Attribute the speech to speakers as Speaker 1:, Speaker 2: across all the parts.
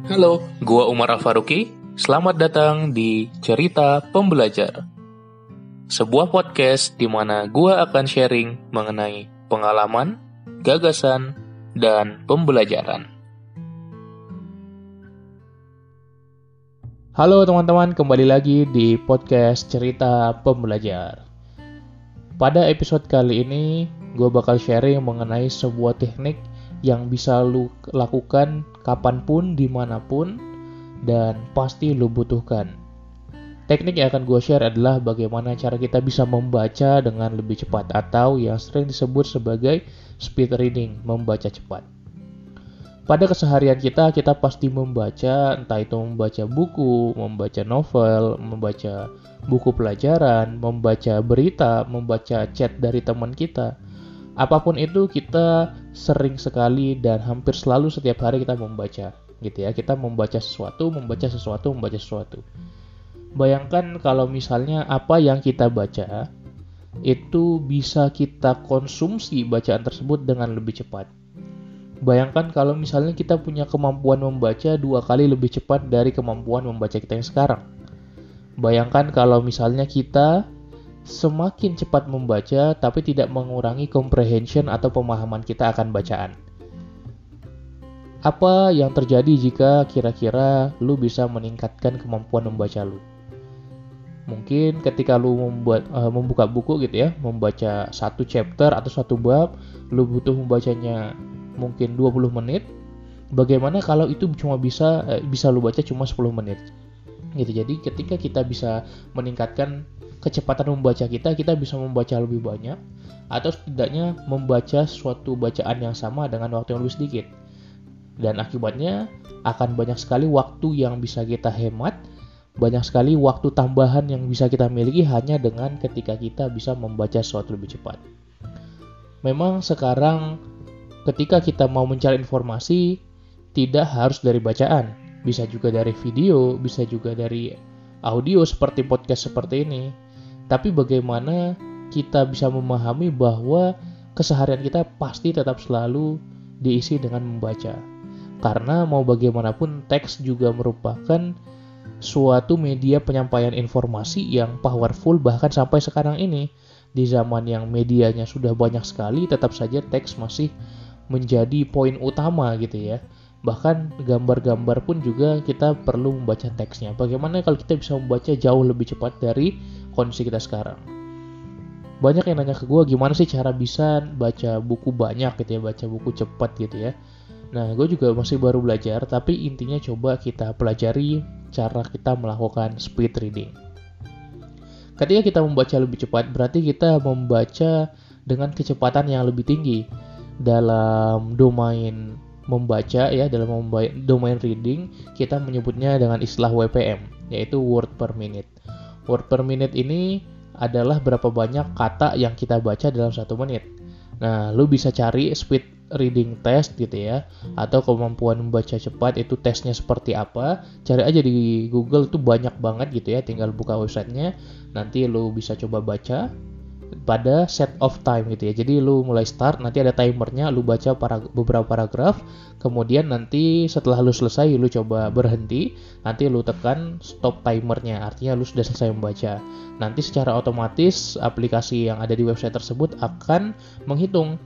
Speaker 1: Halo, gua Umar Al-Faruqi. Selamat datang di Cerita Pembelajar. Sebuah podcast di mana gua akan sharing mengenai pengalaman, gagasan, dan pembelajaran.
Speaker 2: Halo teman-teman, kembali lagi di podcast Cerita Pembelajar. Pada episode kali ini, gue bakal sharing mengenai sebuah teknik yang bisa lu lakukan kapanpun, dimanapun, dan pasti lu butuhkan. Teknik yang akan gue share adalah bagaimana cara kita bisa membaca dengan lebih cepat atau yang sering disebut sebagai speed reading, membaca cepat. Pada keseharian kita pasti membaca, entah itu membaca buku, membaca novel, membaca buku pelajaran, membaca berita, membaca chat dari teman kita. Apapun itu kita sering sekali dan hampir selalu setiap hari kita membaca, gitu ya. Kita membaca sesuatu. Bayangkan kalau misalnya apa yang kita baca itu bisa kita konsumsi bacaan tersebut dengan lebih cepat. Bayangkan kalau misalnya kita punya kemampuan membaca 2 kali lebih cepat dari kemampuan membaca kita yang sekarang. Bayangkan kalau misalnya kita semakin cepat membaca tapi tidak mengurangi comprehension atau pemahaman kita akan bacaan. Apa yang terjadi jika kira-kira lu bisa meningkatkan kemampuan membaca lu? Mungkin ketika lu membuka buku gitu ya, membaca satu chapter atau satu bab, lu butuh membacanya mungkin 20 menit. Bagaimana kalau itu cuma bisa lu baca cuma 10 menit? Gitu. Jadi ketika kita bisa meningkatkan kecepatan membaca kita bisa membaca lebih banyak atau setidaknya membaca suatu bacaan yang sama dengan waktu yang lebih sedikit. Dan akibatnya akan banyak sekali waktu yang bisa kita hemat, banyak sekali waktu tambahan yang bisa kita miliki hanya dengan ketika kita bisa membaca sesuatu lebih cepat. Memang sekarang ketika kita mau mencari informasi tidak harus dari bacaan, bisa juga dari video, bisa juga dari audio seperti podcast seperti ini. Tapi bagaimana kita bisa memahami bahwa keseharian kita pasti tetap selalu diisi dengan membaca. Karena mau bagaimanapun teks juga merupakan suatu media penyampaian informasi yang powerful bahkan sampai sekarang ini. Di zaman yang medianya sudah banyak sekali, tetap saja teks masih menjadi poin utama gitu ya. Bahkan gambar-gambar pun juga kita perlu membaca teksnya. Bagaimana kalau kita bisa membaca jauh lebih cepat dari kondisi kita sekarang? Banyak yang nanya ke gue, gimana sih cara bisa baca buku banyak gitu ya, baca buku cepat gitu ya. Nah, gue juga masih baru belajar, tapi intinya coba kita pelajari cara kita melakukan speed reading. Ketika kita membaca lebih cepat, berarti kita membaca dengan kecepatan yang lebih tinggi. Dalam domain membaca ya, dalam domain reading, kita menyebutnya dengan istilah WPM, yaitu word per minute. Word per minute ini adalah berapa banyak kata yang kita baca dalam 1 menit. Nah, lu bisa cari speed reading test gitu ya, atau kemampuan membaca cepat itu tesnya seperti apa. Cari aja di Google, tuh banyak banget gitu ya, tinggal buka websitenya, nanti lu bisa coba baca pada set of time gitu ya. Jadi lu mulai start, nanti ada timernya, lu baca beberapa paragraf, kemudian nanti setelah lu selesai lu coba berhenti, nanti lu tekan stop timernya, artinya lu sudah selesai membaca. Nanti secara otomatis aplikasi yang ada di website tersebut akan menghitung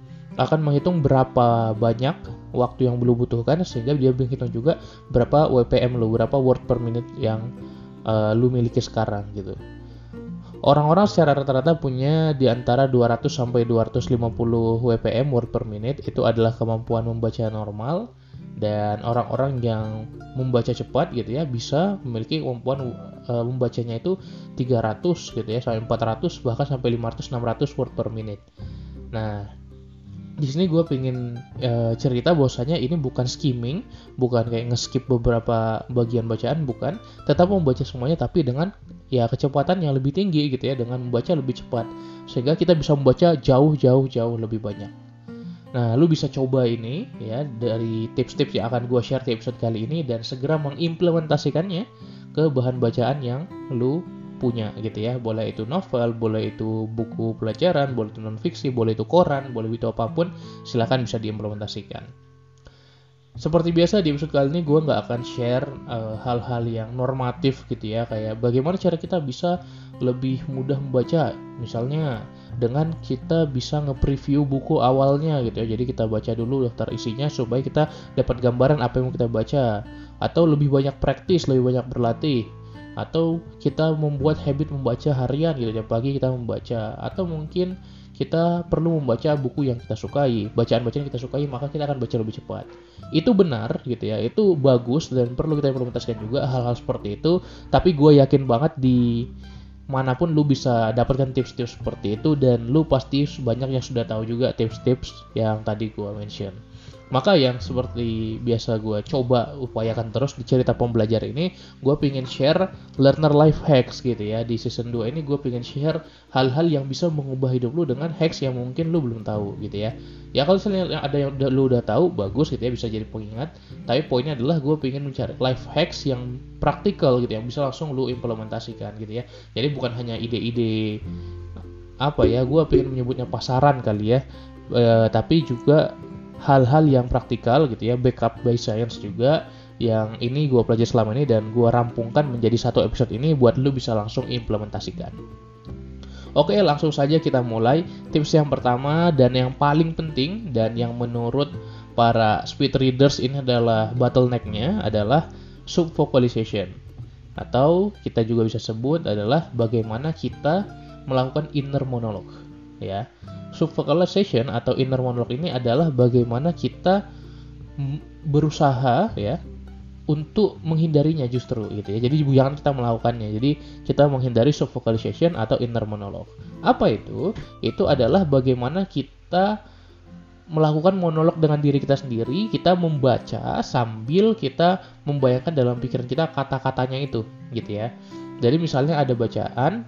Speaker 2: berapa banyak waktu yang lu butuhkan, sehingga dia menghitung juga berapa WPM lu, berapa word per minute yang lu miliki sekarang gitu. Orang-orang secara rata-rata punya di antara 200 sampai 250 WPM word per minute, itu adalah kemampuan membaca normal. Dan orang-orang yang membaca cepat gitu ya bisa memiliki kemampuan membacanya itu 300 gitu ya, sampai 400 bahkan sampai 500 600 word per minute. Nah, di sini gue pengen cerita bahwasanya ini bukan skimming, bukan kayak nge-skip beberapa bagian bacaan, bukan. Tetap membaca semuanya tapi dengan ya kecepatan yang lebih tinggi gitu ya, dengan membaca lebih cepat sehingga kita bisa membaca jauh lebih banyak. Nah, lu bisa coba ini ya dari tips-tips yang akan gue share di episode kali ini dan segera mengimplementasikannya ke bahan bacaan yang lu punya gitu ya. Boleh itu novel, boleh itu buku pelajaran, boleh itu non-fiksi, boleh itu koran, boleh itu apapun, silakan bisa diimplementasikan. Seperti biasa di episode kali ini gue nggak akan share hal-hal yang normatif gitu ya, kayak bagaimana cara kita bisa lebih mudah membaca, misalnya dengan kita bisa nge-preview buku awalnya gitu ya, jadi kita baca dulu daftar isinya supaya kita dapat gambaran apa yang mau kita baca, atau lebih banyak praktis, lebih banyak berlatih, atau kita membuat habit membaca harian gitu, tiap pagi kita membaca, atau mungkin kita perlu membaca buku yang kita sukai, bacaan-bacaan yang kita sukai, maka kita akan baca lebih cepat. Itu benar gitu ya, itu bagus dan perlu kita implementasikan juga hal-hal seperti itu. Tapi gue yakin banget di manapun lu bisa dapatkan tips-tips seperti itu, dan lu pasti banyak yang sudah tahu juga tips-tips yang tadi gue mention. Maka yang seperti biasa gue coba upayakan terus di cerita pembelajar ini, gue pengen share learner life hacks gitu ya. Di season 2 ini gue pengen share hal-hal yang bisa mengubah hidup lu dengan hacks yang mungkin lu belum tahu gitu ya. Ya kalau misalnya ada yang lu udah tahu, bagus gitu ya, bisa jadi pengingat. Tapi poinnya adalah gue pengen mencari life hacks yang praktikal gitu, yang bisa langsung lu implementasikan gitu ya. Jadi bukan hanya ide-ide apa ya, gue pengen menyebutnya pasaran kali ya, tapi juga hal-hal yang praktikal gitu ya, backup by science juga, yang ini gue pelajari selama ini dan gue rampungkan menjadi satu episode ini buat lu bisa langsung implementasikan. Oke, langsung saja kita mulai. Tips yang pertama dan yang paling penting dan yang menurut para speed readers ini adalah bottleneck-nya adalah subvocalization, atau kita juga bisa sebut adalah bagaimana kita melakukan inner monologue ya. Subvocalization atau inner monologue ini adalah bagaimana kita berusaha ya untuk menghindarinya justru gitu ya. Jadi jangan kita melakukannya. Jadi kita menghindari subvocalization atau inner monologue. Apa itu? Itu adalah bagaimana kita melakukan monolog dengan diri kita sendiri. Kita membaca sambil kita membayangkan dalam pikiran kita kata-katanya itu gitu ya. Jadi misalnya ada bacaan,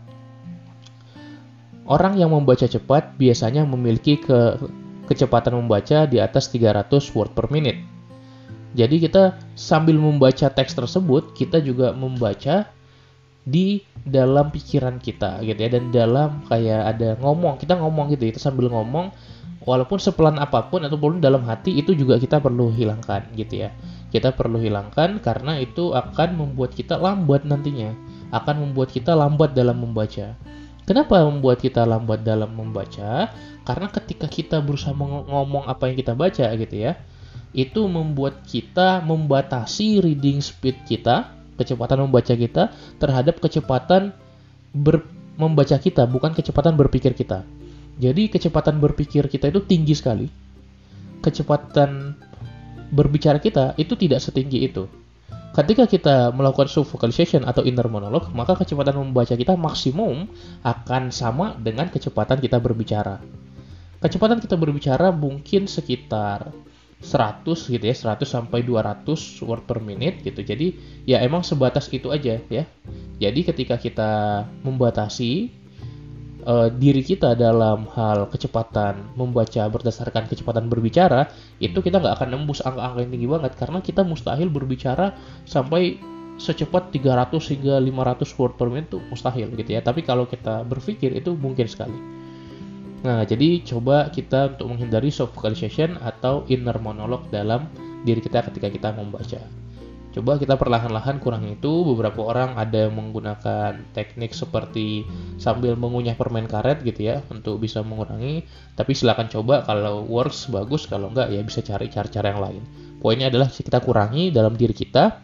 Speaker 2: orang yang membaca cepat biasanya memiliki kecepatan membaca di atas 300 word per minute. Jadi kita sambil membaca teks tersebut, kita juga membaca di dalam pikiran kita gitu ya, dan dalam kayak ada ngomong, kita ngomong gitu, kita sambil ngomong walaupun sepelan apapun ataupun dalam hati, itu juga kita perlu hilangkan gitu ya. Kita perlu hilangkan karena itu akan membuat kita lambat nantinya, akan membuat kita lambat dalam membaca. Kenapa membuat kita lambat dalam membaca? Karena ketika kita berusaha ngomong apa yang kita baca gitu ya, itu membuat kita membatasi reading speed kita, kecepatan membaca kita terhadap kecepatan membaca kita, bukan kecepatan berpikir kita. Jadi kecepatan berpikir kita itu tinggi sekali. Kecepatan berbicara kita itu tidak setinggi itu. Ketika kita melakukan subvocalization atau inner monologue, maka kecepatan membaca kita maksimum akan sama dengan kecepatan kita berbicara. Kecepatan kita berbicara mungkin sekitar 100 gitu ya, 100 sampai 200 word per minute gitu. Jadi ya emang sebatas itu aja ya. Jadi ketika kita membatasi diri kita dalam hal kecepatan membaca berdasarkan kecepatan berbicara, itu kita nggak akan nembus angka-angka yang tinggi banget, karena kita mustahil berbicara sampai secepat 300 hingga 500 word per minute, itu mustahil gitu ya. Tapi kalau kita berpikir itu mungkin sekali. Nah, jadi coba kita untuk menghindari subvocalization atau inner monologue dalam diri kita ketika kita membaca. Coba kita perlahan-lahan kurangi itu. Beberapa orang ada yang menggunakan teknik seperti sambil mengunyah permen karet gitu ya untuk bisa mengurangi. Tapi silakan coba, kalau works bagus, kalau enggak ya bisa cari cara-cara yang lain. Poinnya adalah kita kurangi dalam diri kita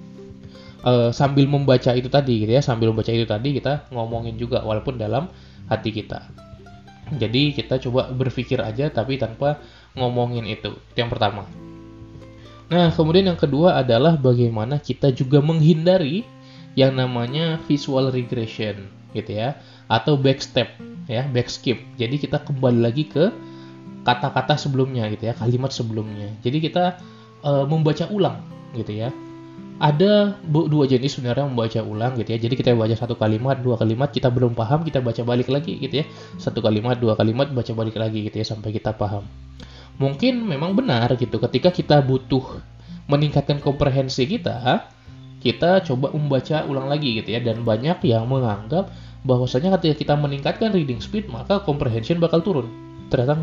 Speaker 2: sambil membaca itu tadi gitu ya. Sambil membaca itu tadi kita ngomongin juga walaupun dalam hati kita. Jadi kita coba berpikir aja tapi tanpa ngomongin itu. Itu yang pertama. Nah, kemudian yang kedua adalah bagaimana kita juga menghindari yang namanya visual regression gitu ya, atau backstep ya, backskip. Jadi kita kembali lagi ke kata-kata sebelumnya gitu ya, kalimat sebelumnya. Jadi kita membaca ulang gitu ya. Ada dua jenis sebenarnya membaca ulang gitu ya. Jadi kita baca satu kalimat, dua kalimat, kita belum paham, kita baca balik lagi gitu ya. Satu kalimat, dua kalimat, baca balik lagi gitu ya sampai kita paham. Mungkin memang benar gitu, ketika kita butuh meningkatkan komprehensi kita coba membaca ulang lagi gitu ya. Dan banyak yang menganggap bahwasanya ketika kita meningkatkan reading speed, maka comprehension bakal turun. Ternyata enggak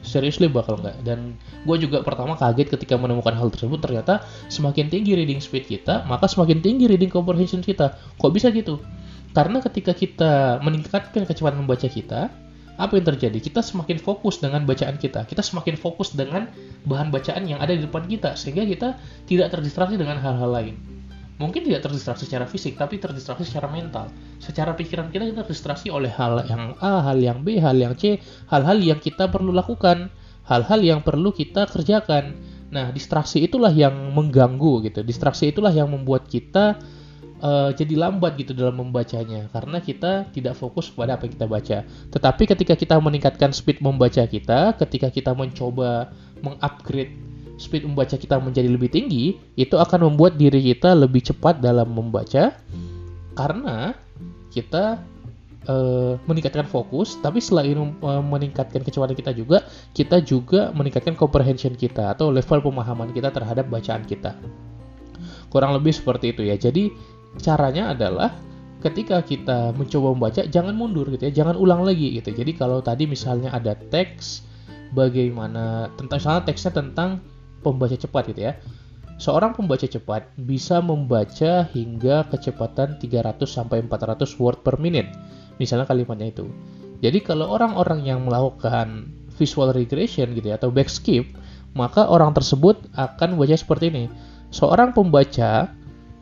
Speaker 2: Seriously bakal nggak. Dan gue juga pertama kaget ketika menemukan hal tersebut. Ternyata semakin tinggi reading speed kita, maka semakin tinggi reading comprehension kita. Kok bisa gitu? Karena ketika kita meningkatkan kecepatan membaca kita, apa yang terjadi? Kita semakin fokus dengan bacaan kita. Kita semakin fokus dengan bahan bacaan yang ada di depan kita. Sehingga kita tidak terdistraksi dengan hal-hal lain. Mungkin tidak terdistraksi secara fisik, tapi terdistraksi secara mental. Secara pikiran kita terdistraksi oleh hal yang A, hal yang B, hal yang C, hal-hal yang kita perlu lakukan, hal-hal yang perlu kita kerjakan. Nah, distraksi itulah yang mengganggu gitu. Distraksi itulah yang membuat kita jadi lambat gitu dalam membacanya, karena kita tidak fokus kepada apa yang kita baca. Tetapi ketika kita meningkatkan speed membaca kita, ketika kita mencoba mengupgrade speed membaca kita menjadi lebih tinggi, itu akan membuat diri kita lebih cepat dalam membaca, karena kita meningkatkan fokus. Tapi selain meningkatkan kecepatan kita juga meningkatkan comprehension kita atau level pemahaman kita terhadap bacaan kita. Kurang lebih seperti itu ya. Jadi caranya adalah ketika kita mencoba membaca, jangan mundur gitu ya, jangan ulang lagi gitu. Jadi kalau tadi misalnya ada teks, bagaimana tentang misalnya teksnya tentang pembaca cepat gitu ya. Seorang pembaca cepat bisa membaca hingga kecepatan 300 sampai 400 word per minute. Misalnya kalimatnya itu. Jadi kalau orang-orang yang melakukan visual regression gitu ya atau back skip, maka orang tersebut akan membaca seperti ini. Seorang pembaca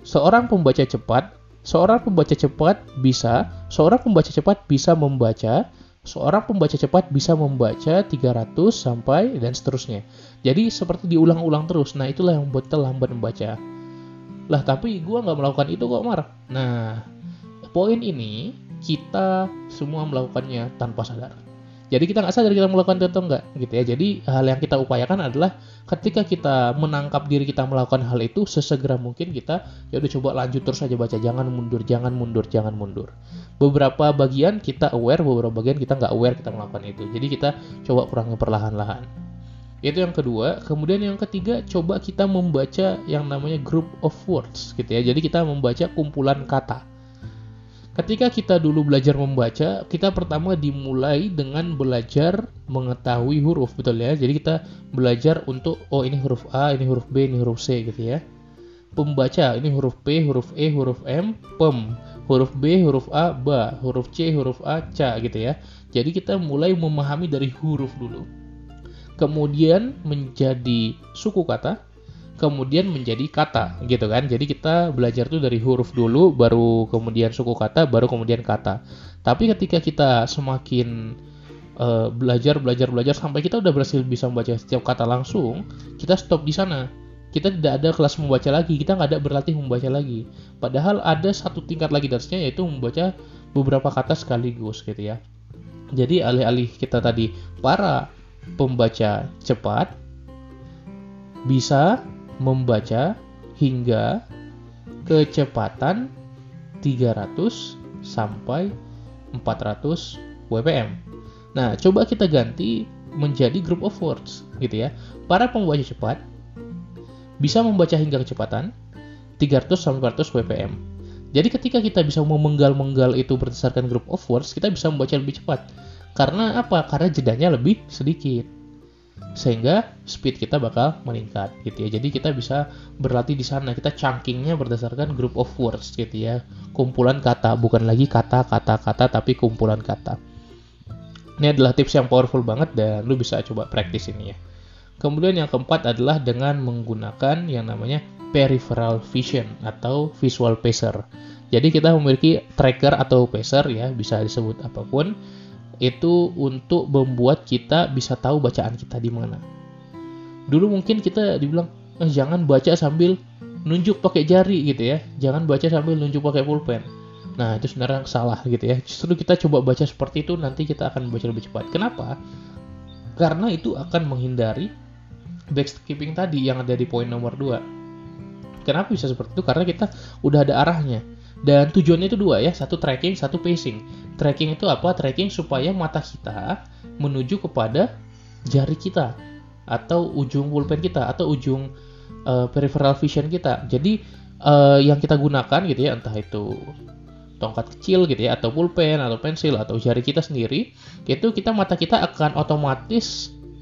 Speaker 2: cepat bisa membaca 300 sampai dan seterusnya. Jadi seperti diulang-ulang terus. Nah, itulah yang membuat kita lambat membaca. Lah, tapi gue nggak melakukan itu kok, Mar. Nah, poin ini kita semua melakukannya tanpa sadar. Jadi kita nggak sadar kita melakukan itu atau enggak gitu ya. Jadi hal yang kita upayakan adalah ketika kita menangkap diri kita melakukan hal itu, sesegera mungkin kita ya udah coba lanjut terus aja baca, jangan mundur. Beberapa bagian kita aware, beberapa bagian kita nggak aware kita melakukan itu. Jadi kita coba kurangi perlahan-lahan. Itu yang kedua. Kemudian yang ketiga, coba kita membaca yang namanya group of words gitu ya. Jadi kita membaca kumpulan kata. Ketika kita dulu belajar membaca, kita pertama dimulai dengan belajar mengetahui huruf, betul ya. Jadi kita belajar untuk, oh ini huruf A, ini huruf B, ini huruf C gitu ya. Pembaca, ini huruf P, huruf E, huruf M, pem. Huruf B, huruf A, ba. Huruf C, huruf A, ca gitu ya. Jadi kita mulai memahami dari huruf dulu. Kemudian menjadi suku kata. Kemudian menjadi kata gitu kan. Jadi kita belajar tuh dari huruf dulu, baru kemudian suku kata, baru kemudian kata. Tapi ketika kita semakin belajar sampai kita udah berhasil bisa membaca setiap kata langsung, kita stop di sana. Kita tidak ada kelas membaca lagi, kita nggak ada berlatih membaca lagi. Padahal ada satu tingkat lagi dasarnya, yaitu membaca beberapa kata sekaligus gitu ya. Jadi alih-alih kita tadi para pembaca cepat bisa membaca hingga kecepatan 300 sampai 400 WPM. Nah, coba kita ganti menjadi group of words gitu ya. Para pembaca cepat bisa membaca hingga kecepatan 300 sampai 400 WPM. Jadi ketika kita bisa memenggal-menggal itu berdasarkan group of words, kita bisa membaca lebih cepat. Karena apa? Karena jedanya lebih sedikit. Sehingga speed kita bakal meningkat gitu ya. Jadi kita bisa berlatih di sana. Kita chunkingnya berdasarkan group of words gitu ya. Kumpulan kata, bukan lagi kata tapi kumpulan kata. Ini adalah tips yang powerful banget dan lu bisa coba praktis ini ya. Kemudian yang keempat adalah dengan menggunakan yang namanya peripheral vision atau visual pacer. Jadi kita memiliki tracker atau pacer ya, bisa disebut apapun. Itu untuk membuat kita bisa tahu bacaan kita di mana. Dulu mungkin kita dibilang, jangan baca sambil nunjuk pakai jari gitu ya. Jangan baca sambil nunjuk pakai pulpen. Nah, itu sebenarnya salah gitu ya. Justru kita coba baca seperti itu, nanti kita akan baca lebih cepat. Kenapa? Karena itu akan menghindari backskipping tadi yang ada di poin nomor 2. Kenapa bisa seperti itu? Karena kita udah ada arahnya. Dan tujuannya itu dua ya, satu tracking, satu pacing. Tracking itu apa? Tracking supaya mata kita menuju kepada jari kita atau ujung pulpen kita atau ujung peripheral vision kita. Jadi yang kita gunakan gitu ya, entah itu tongkat kecil gitu ya, atau pulpen, atau pensil, atau jari kita sendiri, itu mata kita akan otomatis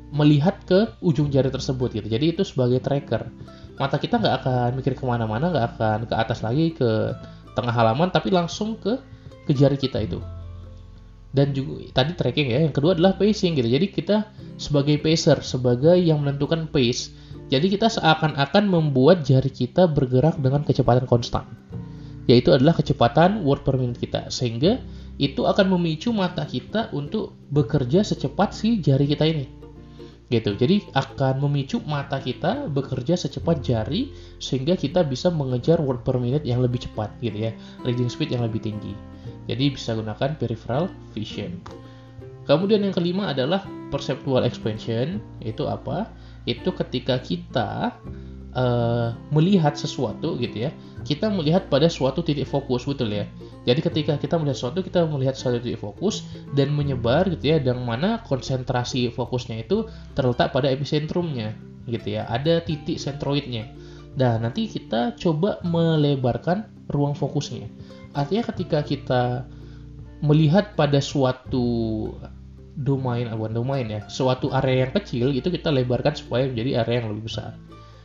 Speaker 2: melihat ke ujung jari tersebut gitu. Jadi itu sebagai tracker. Mata kita nggak akan mikir kemana-mana, nggak akan ke atas lagi ke tengah halaman, tapi langsung ke jari kita itu. Dan juga tadi tracking ya. Yang kedua adalah pacing gitu. Jadi kita sebagai pacer, sebagai yang menentukan pace. Jadi kita seakan-akan membuat jari kita bergerak dengan kecepatan konstan. Yaitu adalah kecepatan word per minute kita. Sehingga itu akan memicu mata kita untuk bekerja secepat si jari kita ini. Gitu. Jadi akan memicu mata kita bekerja secepat jari sehingga kita bisa mengejar word per minute yang lebih cepat gitu ya. Reading speed yang lebih tinggi. Jadi bisa gunakan peripheral vision. Kemudian yang kelima adalah perceptual expansion. Itu apa? Itu ketika kita melihat sesuatu gitu ya. Kita melihat pada suatu titik fokus, betul ya. Jadi ketika kita melihat sesuatu, kita melihat suatu titik fokus dan menyebar gitu ya, dan mana konsentrasi fokusnya itu terletak pada epicentrumnya gitu ya. Ada titik sentroidnya. Dan nanti kita coba melebarkan ruang fokusnya. Artinya ketika kita melihat pada suatu suatu area yang kecil, itu kita lebarkan supaya menjadi area yang lebih besar.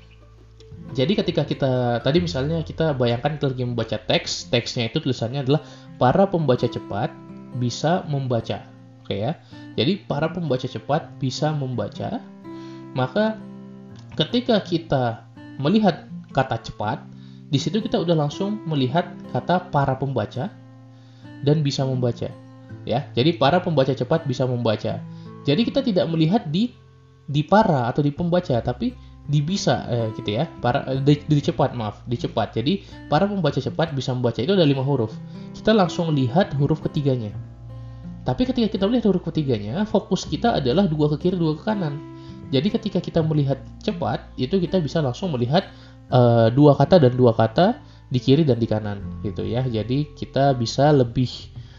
Speaker 2: Jadi ketika kita, tadi misalnya kita bayangkan kita lagi membaca teks, teksnya itu tulisannya adalah para pembaca cepat bisa membaca. Oke ya. Jadi para pembaca cepat bisa membaca, maka ketika kita melihat kata cepat, di situ kita udah langsung melihat kata para pembaca dan bisa membaca. Ya, jadi para pembaca cepat bisa membaca. Jadi kita tidak melihat di para atau di pembaca, tapi di bisa gitu ya. Di cepat. Jadi para pembaca cepat bisa membaca itu ada 5 huruf. Kita langsung lihat huruf ketiganya. Tapi ketika kita melihat huruf ketiganya, fokus kita adalah 2 ke kiri, 2 ke kanan. Jadi ketika kita melihat cepat, itu kita bisa langsung melihat 2 kata dan 2 kata di kiri dan di kanan gitu ya. Jadi kita bisa lebih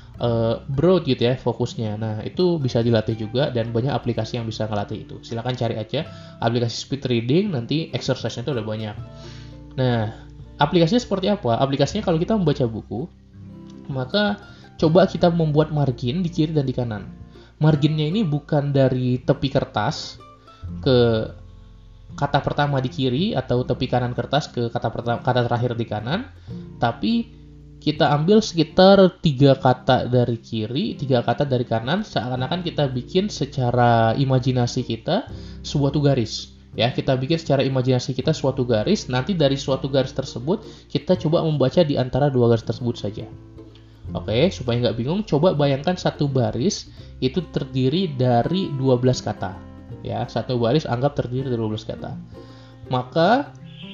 Speaker 2: broad gitu ya fokusnya. Nah, itu bisa dilatih juga dan banyak aplikasi yang bisa ngelatih itu. Silakan cari aja aplikasi speed reading, nanti exercise-nya itu udah banyak. Nah, aplikasinya seperti apa? Aplikasinya kalau kita membaca buku, maka coba kita membuat margin di kiri dan di kanan. Marginnya ini bukan dari tepi kertas ke kata pertama di kiri atau tepi kanan kertas ke kata terakhir di kanan, tapi kita ambil sekitar 3 kata dari kiri, 3 kata dari kanan, seakan-akan kita bikin secara imajinasi kita suatu garis. Ya, kita bikin secara imajinasi kita suatu garis, nanti dari suatu garis tersebut kita coba membaca di antara 2 garis tersebut saja. Oke, supaya nggak bingung, coba bayangkan satu baris itu terdiri dari 12 kata. Ya, satu baris anggap terdiri dari 12 kata. Maka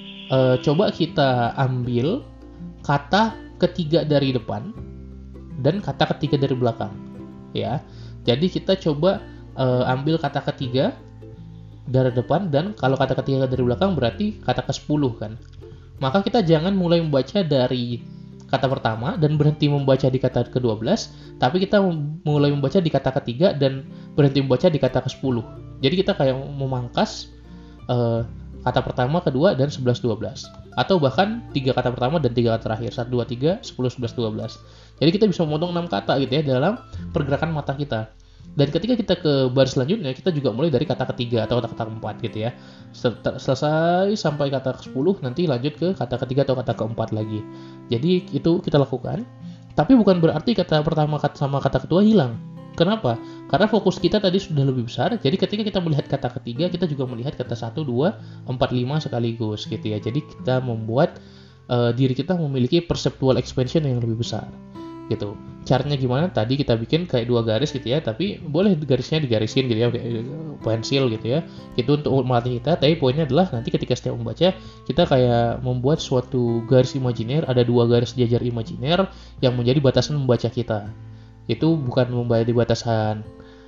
Speaker 2: coba kita ambil kata ketiga dari depan dan kata ketiga dari belakang. Ya, jadi kita coba ambil kata ketiga dari depan, dan kalau kata ketiga dari belakang berarti kata ke-10 kan. Maka kita jangan mulai membaca dari kata pertama dan berhenti membaca di kata ke-12, tapi kita mulai membaca di kata ketiga dan berhenti membaca di kata ke-10. Jadi kita kayak memangkas kata pertama, kedua, dan 11, 12. Atau bahkan 3 kata pertama dan 3 kata terakhir. 1, 2, 3, 10, 11, 12. Jadi kita bisa memotong 6 kata gitu ya dalam pergerakan mata kita. Dan ketika kita ke baris selanjutnya, kita juga mulai dari kata ketiga atau kata keempat gitu ya. Selesai sampai kata ke-10, nanti lanjut ke kata ketiga atau kata keempat lagi. Jadi itu kita lakukan. Tapi bukan berarti kata pertama sama kata kedua hilang. Kenapa? Karena fokus kita tadi sudah lebih besar. Jadi ketika kita melihat kata ketiga, kita juga melihat kata 1, 2, 4, 5 sekaligus gitu ya. Jadi kita membuat diri kita memiliki perceptual expansion yang lebih besar gitu. Caranya gimana? Tadi kita bikin kayak 2 garis gitu ya, tapi boleh garisnya digarisin gitu ya, kayak pensil gitu ya. Itu untuk melatih kita, tapi poinnya adalah nanti ketika setiap membaca, kita kayak membuat suatu garis imajiner, ada 2 garis jajar imajiner yang menjadi batasan membaca kita. Itu bukan membayar batasan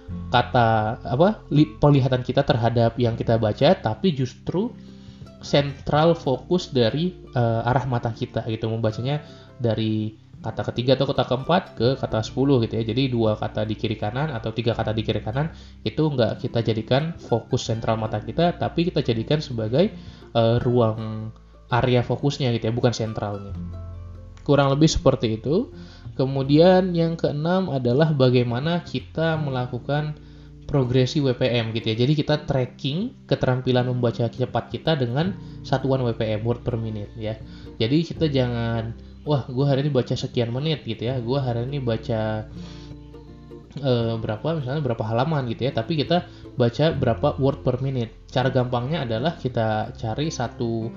Speaker 2: kata penglihatan kita terhadap yang kita baca, tapi justru sentral fokus dari arah mata kita gitu, membacanya dari kata ketiga atau kata keempat ke kata 10 gitu ya. Jadi 2 kata di kiri kanan atau 3 kata di kiri kanan itu nggak kita jadikan fokus sentral mata kita, tapi kita jadikan sebagai ruang area fokusnya gitu ya, bukan sentralnya. Kurang lebih seperti itu. Kemudian yang keenam adalah bagaimana kita melakukan progresi WPM gitu ya. Jadi kita tracking keterampilan membaca cepat kita dengan satuan WPM, word per minute ya. Jadi kita jangan, wah gue hari ini baca sekian menit gitu ya, gue hari ini baca berapa halaman gitu ya, tapi kita baca berapa word per minute. Cara gampangnya adalah kita cari satu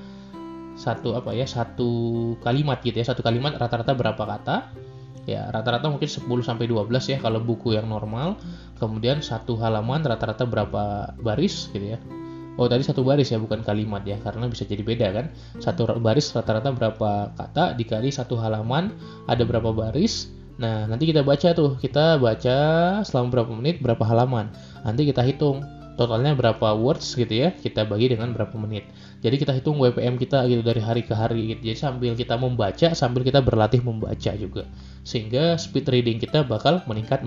Speaker 2: kalimat gitu ya. Satu kalimat rata-rata berapa kata? Ya, rata-rata mungkin 10 sampai 12 ya kalau buku yang normal. Kemudian satu halaman rata-rata berapa baris gitu ya. Oh, tadi satu baris ya, bukan kalimat ya, karena bisa jadi beda kan. Satu baris rata-rata berapa kata dikali satu halaman ada berapa baris. Nah, nanti kita baca selama berapa menit, berapa halaman. Nanti kita hitung totalnya berapa words gitu ya, kita bagi dengan berapa menit. Jadi kita hitung WPM kita gitu dari hari ke hari gitu. Jadi sambil kita membaca, sambil kita berlatih membaca juga. Sehingga speed reading kita bakal meningkat.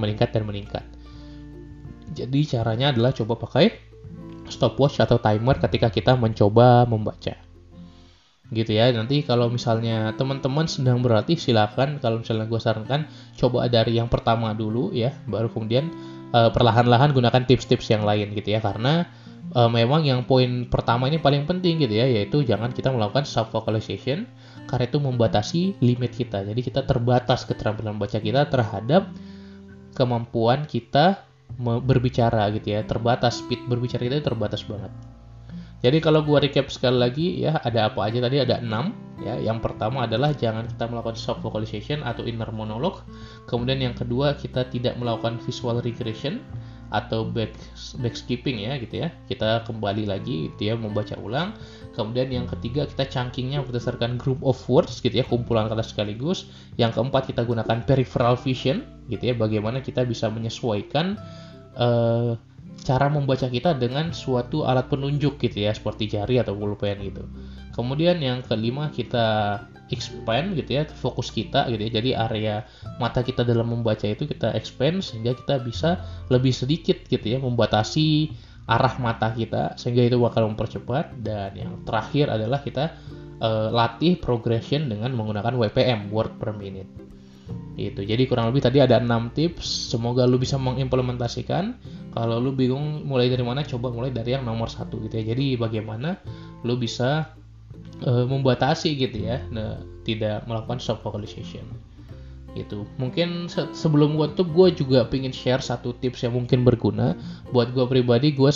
Speaker 2: Jadi caranya adalah coba pakai stopwatch atau timer ketika kita mencoba membaca. Gitu ya. Nanti kalau misalnya teman-teman sedang berlatih, silakan, kalau misalnya gue sarankan coba dari yang pertama dulu ya, baru kemudian perlahan-lahan gunakan tips-tips yang lain gitu ya, karena memang yang poin pertama ini paling penting gitu ya, yaitu jangan kita melakukan self vocalization, karena itu membatasi limit kita. Jadi kita terbatas keterampilan baca kita terhadap kemampuan kita berbicara gitu ya, terbatas, speed berbicara kita terbatas banget. Jadi kalau gua recap sekali lagi ya, ada apa aja tadi? Ada 6 ya. Yang pertama adalah jangan kita melakukan self vocalization atau inner monologue. Kemudian yang kedua, kita tidak melakukan visual regression atau backskipping ya gitu ya. Kita kembali lagi gitu ya, membaca ulang. Kemudian yang ketiga, kita chunkingnya berdasarkan group of words gitu ya, kumpulan kata sekaligus. Yang keempat, kita gunakan peripheral vision gitu ya, bagaimana kita bisa menyesuaikan cara membaca kita dengan suatu alat penunjuk gitu ya, seperti jari atau pulpen gitu. Kemudian yang kelima, kita expand gitu ya, fokus kita gitu ya. Jadi area mata kita dalam membaca itu kita expand sehingga kita bisa lebih sedikit gitu ya membatasi arah mata kita, sehingga itu bakal mempercepat. Dan yang terakhir adalah kita latih progression dengan menggunakan WPM, word per minute. Itu. Jadi kurang lebih tadi ada 6 tips. Semoga lu bisa mengimplementasikan. Kalau lu bingung mulai dari mana, coba mulai dari yang nomor 1 gitu ya. Jadi bagaimana lu bisa membatasi gitu ya, tidak melakukan self vocalization. Gitu. Mungkin sebelum gua tutup, gue juga pengen share satu tips yang mungkin berguna buat gue pribadi. Gue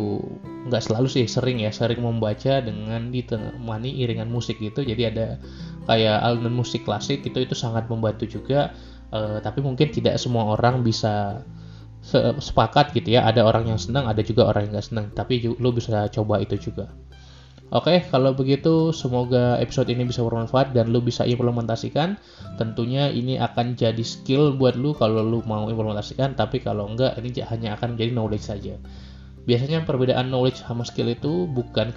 Speaker 2: nggak selalu sih, sering membaca dengan ditemani iringan musik gitu. Jadi ada kayak alunan musik klasik itu sangat membantu juga. Tapi mungkin tidak semua orang bisa sepakat gitu ya. Ada orang yang senang, ada juga orang yang nggak senang. Tapi lo bisa coba itu juga. Oke, kalau begitu semoga episode ini bisa bermanfaat dan lu bisa implementasikan. Tentunya ini akan jadi skill buat lu kalau lu mau implementasikan, tapi kalau enggak, ini hanya akan menjadi knowledge saja. Biasanya perbedaan knowledge sama skill itu bukan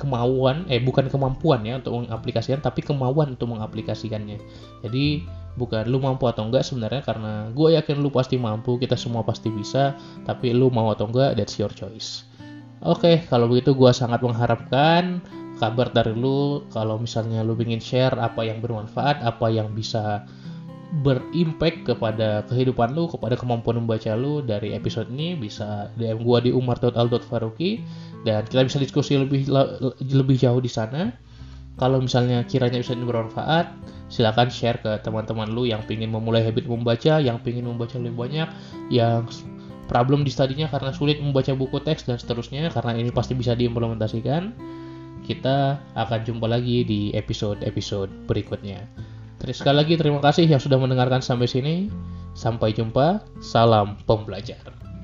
Speaker 2: kemampuan ya untuk mengaplikasikan, tapi kemauan untuk mengaplikasikannya. Jadi bukan lu mampu atau enggak sebenarnya, karena gue yakin lu pasti mampu, kita semua pasti bisa, tapi lu mau atau enggak, that's your choice. Oke, kalau begitu gue sangat mengharapkan kabar dari lu. Kalau misalnya lu ingin share apa yang bermanfaat, apa yang bisa berimpact kepada kehidupan lu, kepada kemampuan membaca lu dari episode ini, bisa DM gua di umar.al.faruqi dan kita bisa diskusi lebih jauh di sana. Kalau misalnya kiranya episode ini bermanfaat, silakan share ke teman-teman lu yang ingin memulai habit membaca, yang ingin membaca lebih banyak, yang problem di studinya karena sulit membaca buku teks dan seterusnya, karena ini pasti bisa diimplementasikan. Kita akan jumpa lagi di episode-episode berikutnya. Sekali lagi terima kasih yang sudah mendengarkan sampai sini. Sampai jumpa. Salam pembelajar.